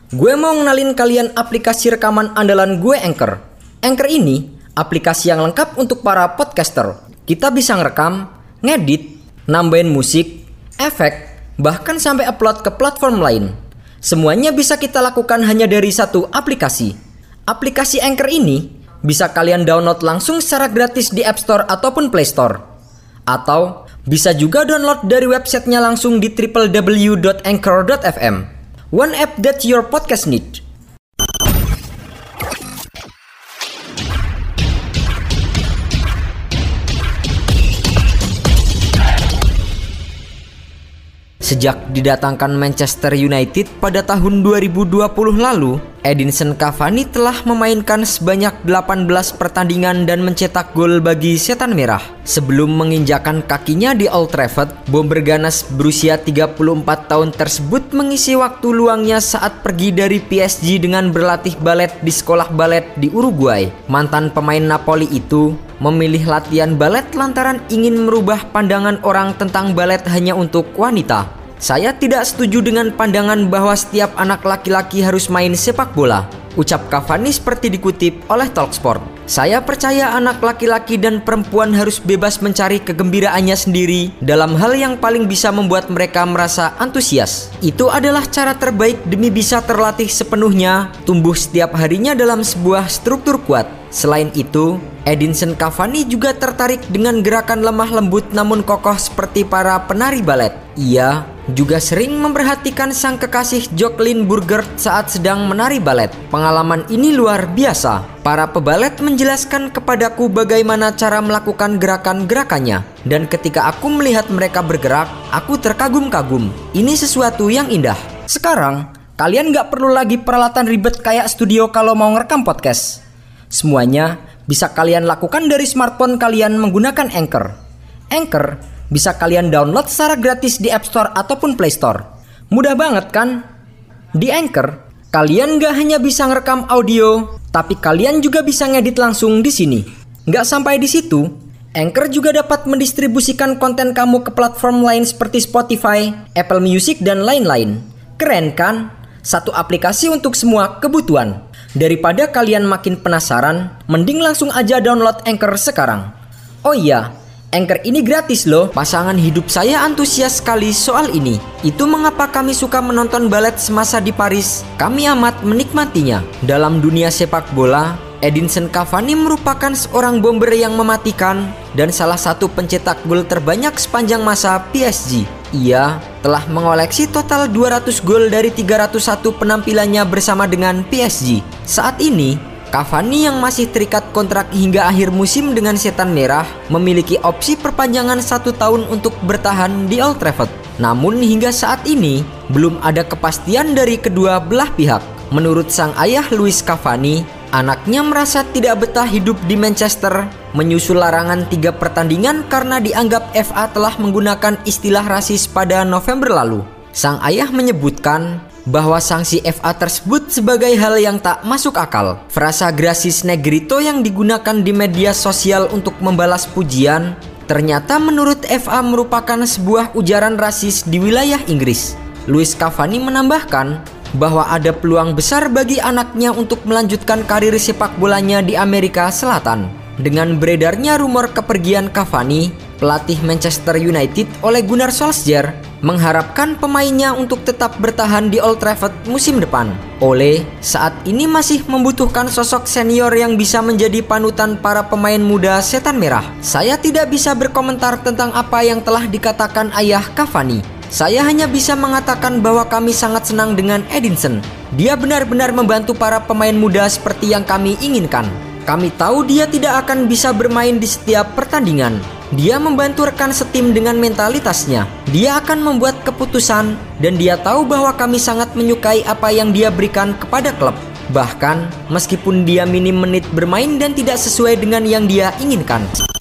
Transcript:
Gue mau ngenalin kalian aplikasi rekaman andalan gue, Anchor. Anchor ini aplikasi yang lengkap untuk para podcaster. Kita bisa ngerekam, ngedit, nambahin musik, efek, bahkan sampai upload ke platform lain. Semuanya bisa kita lakukan hanya dari satu aplikasi. Aplikasi Anchor ini bisa kalian download langsung secara gratis di App Store ataupun Play Store. Atau bisa juga download dari websitenya langsung di www.anchor.fm. One app that your podcast need. Sejak didatangkan Manchester United pada tahun 2020 lalu, Edinson Cavani telah memainkan sebanyak 18 pertandingan dan mencetak gol bagi Setan Merah. Sebelum menginjakan kakinya di Old Trafford, bomber ganas berusia 34 tahun tersebut mengisi waktu luangnya saat pergi dari PSG dengan berlatih balet di sekolah balet di Uruguay. Mantan pemain Napoli itu memilih latihan balet lantaran ingin merubah pandangan orang tentang balet hanya untuk wanita. Saya tidak setuju dengan pandangan bahwa setiap anak laki-laki harus main sepak bola, ucap Cavani seperti dikutip oleh Talksport. Saya percaya anak laki-laki dan perempuan harus bebas mencari kegembiraannya sendiri dalam hal yang paling bisa membuat mereka merasa antusias. Itu adalah cara terbaik demi bisa terlatih sepenuhnya, tumbuh setiap harinya dalam sebuah struktur kuat. Selain itu, Edinson Cavani juga tertarik dengan gerakan lemah lembut namun kokoh seperti para penari balet. Ia juga sering memperhatikan sang kekasih Jocelyne Burger saat sedang menari balet. Pengalaman ini luar biasa. Para pebalet menjelaskan kepadaku bagaimana cara melakukan gerakan-gerakannya. Dan ketika aku melihat mereka bergerak, aku terkagum-kagum. Ini sesuatu yang indah. Sekarang, kalian gak perlu lagi peralatan ribet kayak studio kalau mau ngerekam podcast. Semuanya bisa kalian lakukan dari smartphone kalian menggunakan Anchor. Anchor bisa kalian download secara gratis di App Store ataupun Play Store. Mudah banget kan? Di Anchor, kalian gak hanya bisa ngerekam audio, tapi kalian juga bisa ngedit langsung di sini. Gak sampai di situ, Anchor juga dapat mendistribusikan konten kamu ke platform lain seperti Spotify, Apple Music, dan lain-lain. Keren kan? Satu aplikasi untuk semua kebutuhan. Daripada kalian makin penasaran, mending langsung aja download Anchor sekarang. Oh iya, Anchor ini gratis loh. Pasangan hidup saya antusias sekali soal ini. Itu mengapa kami suka menonton balet semasa di Paris. Kami amat menikmatinya. Dalam dunia sepak bola, Edinson Cavani merupakan seorang bomber yang mematikan dan salah satu pencetak gol terbanyak sepanjang masa PSG. Ia telah mengoleksi total 200 gol dari 301 penampilannya bersama dengan PSG. Saat ini, Cavani yang masih terikat kontrak hingga akhir musim dengan Setan Merah memiliki opsi perpanjangan 1 tahun untuk bertahan di Old Trafford. Namun hingga saat ini, belum ada kepastian dari kedua belah pihak. Menurut sang ayah Luis Cavani, anaknya merasa tidak betah hidup di Manchester menyusul larangan 3 pertandingan karena dianggap FA telah menggunakan istilah rasis pada November lalu. Sang ayah menyebutkan bahwa sanksi FA tersebut sebagai hal yang tak masuk akal. Frasa Gracis Negrito yang digunakan di media sosial untuk membalas pujian ternyata menurut FA merupakan sebuah ujaran rasis di wilayah Inggris. Luis Cavani menambahkan bahwa ada peluang besar bagi anaknya untuk melanjutkan karir sepak bolanya di Amerika Selatan. Dengan beredarnya rumor kepergian Cavani, pelatih Manchester United Ole Gunnar Solskjaer mengharapkan pemainnya untuk tetap bertahan di Old Trafford musim depan. Ole saat ini masih membutuhkan sosok senior yang bisa menjadi panutan para pemain muda Setan Merah. Saya tidak bisa berkomentar tentang apa yang telah dikatakan ayah Cavani. Saya hanya bisa mengatakan bahwa kami sangat senang dengan Edinson. Dia benar-benar membantu para pemain muda seperti yang kami inginkan. Kami tahu dia tidak akan bisa bermain di setiap pertandingan. Dia membantu rekan setim dengan mentalitasnya. Dia akan membuat keputusan dan dia tahu bahwa kami sangat menyukai apa yang dia berikan kepada klub. Bahkan meskipun dia minim menit bermain dan tidak sesuai dengan yang dia inginkan.